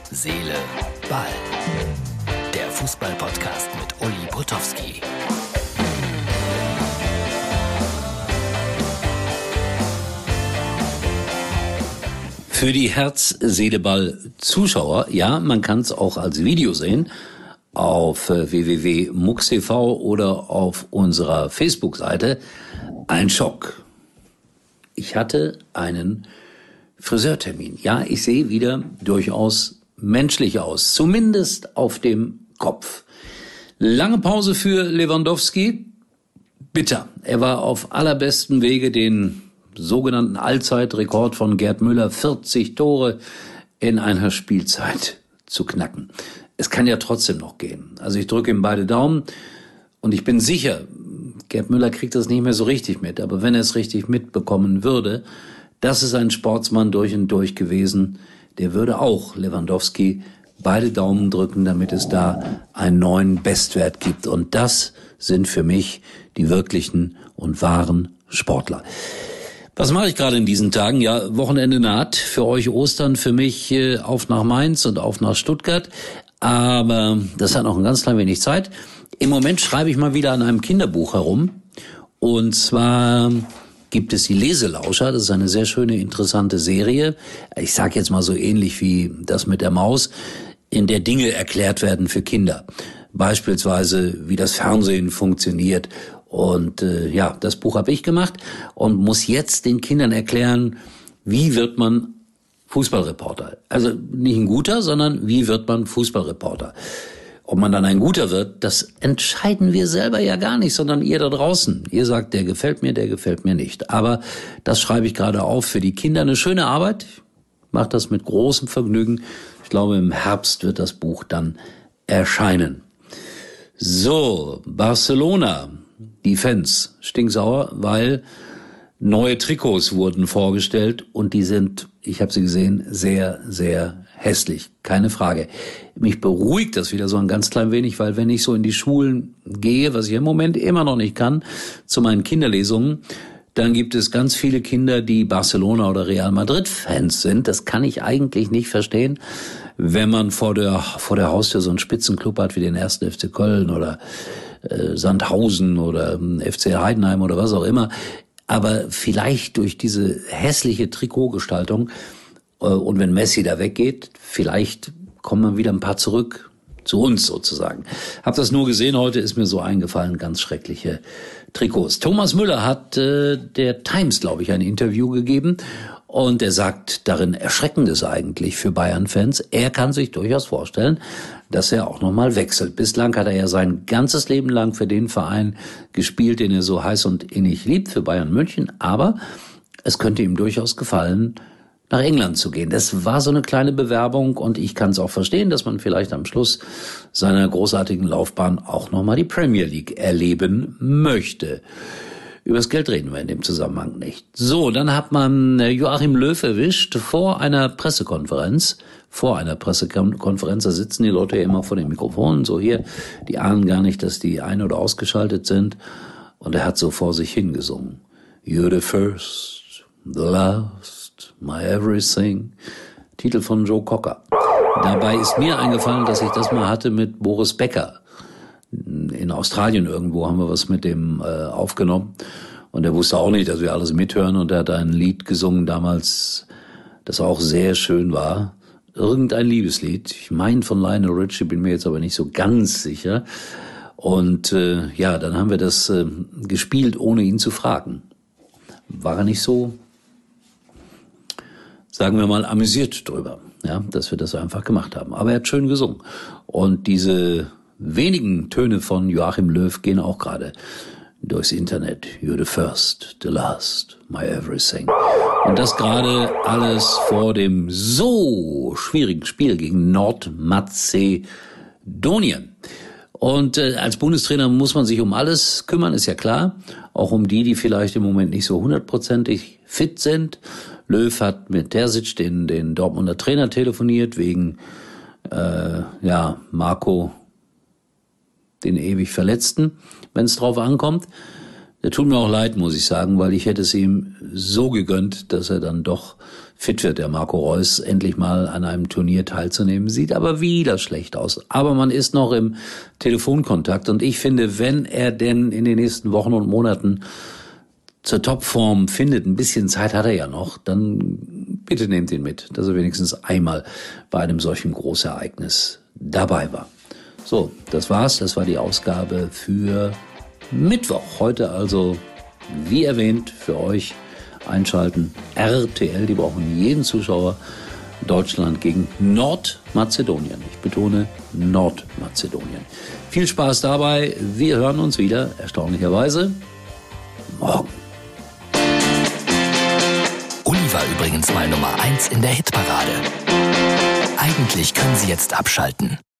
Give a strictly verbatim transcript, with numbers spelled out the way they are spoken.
Seele, Ball. Der Fußball-Podcast mit Uli Potowski. Für die Herz-Seele-Ball-Zuschauer, ja, man kann es auch als Video sehen, auf w w w punkt mux punkt t v oder auf unserer Facebook-Seite, ein Schock. Ich hatte einen Friseurtermin. Ja, ich sehe wieder durchaus menschlich aus, zumindest auf dem Kopf. Lange Pause für Lewandowski. Bitter. Er war auf allerbestem Wege, den sogenannten Allzeitrekord von Gerd Müller, vierzig Tore in einer Spielzeit, zu knacken. Es kann ja trotzdem noch gehen. Also ich drücke ihm beide Daumen und ich bin sicher, Gerd Müller kriegt das nicht mehr so richtig mit, aber wenn er es richtig mitbekommen würde, das ist ein Sportsmann durch und durch gewesen, der würde auch Lewandowski beide Daumen drücken, damit es da einen neuen Bestwert gibt. Und das sind für mich die wirklichen und wahren Sportler. Was mache ich gerade in diesen Tagen? Ja, Wochenende naht. Für euch Ostern, für mich äh, auf nach Mainz und auf nach Stuttgart. Aber das hat noch ein ganz klein wenig Zeit. Im Moment schreibe ich mal wieder an einem Kinderbuch herum. Und zwar gibt es die Leselauscher. Das ist eine sehr schöne, interessante Serie. Ich sage jetzt mal so ähnlich wie das mit der Maus, in der Dinge erklärt werden für Kinder. Beispielsweise, wie das Fernsehen funktioniert. Und äh, ja, das Buch habe ich gemacht und muss jetzt den Kindern erklären, wie wird man Fußballreporter. Also nicht ein guter, sondern wie wird man Fußballreporter. Ob man dann ein guter wird, das entscheiden wir selber ja gar nicht, sondern ihr da draußen. Ihr sagt, der gefällt mir, der gefällt mir nicht. Aber das schreibe ich gerade auf für die Kinder. Eine schöne Arbeit. Ich mache das mit großem Vergnügen. Ich glaube, im Herbst wird das Buch dann erscheinen. So, Barcelona. Die Fans stinksauer, weil neue Trikots wurden vorgestellt und die sind, ich habe sie gesehen, sehr, sehr hässlich. Keine Frage. Mich beruhigt das wieder so ein ganz klein wenig, weil wenn ich so in die Schulen gehe, was ich im Moment immer noch nicht kann, zu meinen Kinderlesungen, dann gibt es ganz viele Kinder, die Barcelona oder Real Madrid Fans sind. Das kann ich eigentlich nicht verstehen, wenn man vor der vor der Haustür so einen Spitzenclub hat wie den ersten F C Köln oder äh, Sandhausen oder äh, F C Heidenheim oder was auch immer. Aber vielleicht durch diese hässliche Trikotgestaltung äh, und wenn Messi da weggeht, vielleicht kommen dann wieder ein paar zurück zu uns sozusagen. Hab das nur gesehen heute, ist mir so eingefallen, ganz schreckliche Trikots. Thomas Müller hat äh, der Times, glaube ich, ein Interview gegeben und er sagt darin Erschreckendes eigentlich für Bayern-Fans. Er kann sich durchaus vorstellen, dass er auch nochmal wechselt. Bislang hat er ja sein ganzes Leben lang für den Verein gespielt, den er so heiß und innig liebt, für Bayern München, aber es könnte ihm durchaus gefallen, nach England zu gehen. Das war so eine kleine Bewerbung und ich kann es auch verstehen, dass man vielleicht am Schluss seiner großartigen Laufbahn auch nochmal die Premier League erleben möchte. Übers Geld reden wir in dem Zusammenhang nicht. So, dann hat man Joachim Löw erwischt vor einer Pressekonferenz. Vor einer Pressekonferenz, da sitzen die Leute ja immer vor den Mikrofonen, so hier, die ahnen gar nicht, dass die ein- oder ausgeschaltet sind. Und er hat so vor sich hingesungen. You're the first, the last, my everything. Titel von Joe Cocker. Dabei ist mir eingefallen, dass ich das mal hatte mit Boris Becker. In Australien irgendwo haben wir was mit dem äh, aufgenommen. Und er wusste auch nicht, dass wir alles mithören. Und er hat ein Lied gesungen damals, das auch sehr schön war. Irgendein Liebeslied. Ich meine von Lionel Richie, bin mir jetzt aber nicht so ganz sicher. Und äh, ja, dann haben wir das äh, gespielt, ohne ihn zu fragen. War er nicht so, sagen wir mal, amüsiert drüber, ja, dass wir das einfach gemacht haben. Aber er hat schön gesungen. Und diese wenigen Töne von Joachim Löw gehen auch gerade durchs Internet. You're the first, the last, my everything. Und das gerade alles vor dem so schwierigen Spiel gegen Nordmazedonien. Und äh, als Bundestrainer muss man sich um alles kümmern, ist ja klar. Auch um die, die vielleicht im Moment nicht so hundertprozentig fit sind. Löw hat mit Terzic, den, den Dortmunder Trainer, telefoniert wegen äh, ja Marco, den ewig Verletzten, wenn es drauf ankommt. Der tut mir auch leid, muss ich sagen, weil ich hätte es ihm so gegönnt, dass er dann doch fit wird, der Marco Reus, endlich mal an einem Turnier teilzunehmen. Sieht aber wieder schlecht aus. Aber man ist noch im Telefonkontakt und ich finde, wenn er denn in den nächsten Wochen und Monaten zur Topform findet, ein bisschen Zeit hat er ja noch, dann bitte nehmt ihn mit, dass er wenigstens einmal bei einem solchen Großereignis dabei war. So, das war's. Das war die Ausgabe für Mittwoch. Heute also, wie erwähnt, für euch einschalten. R T L, die brauchen jeden Zuschauer. Deutschland gegen Nordmazedonien. Ich betone Nordmazedonien. Viel Spaß dabei. Wir hören uns wieder, erstaunlicherweise, morgen. Uli war übrigens mal Nummer eins in der Hitparade. Eigentlich können Sie jetzt abschalten.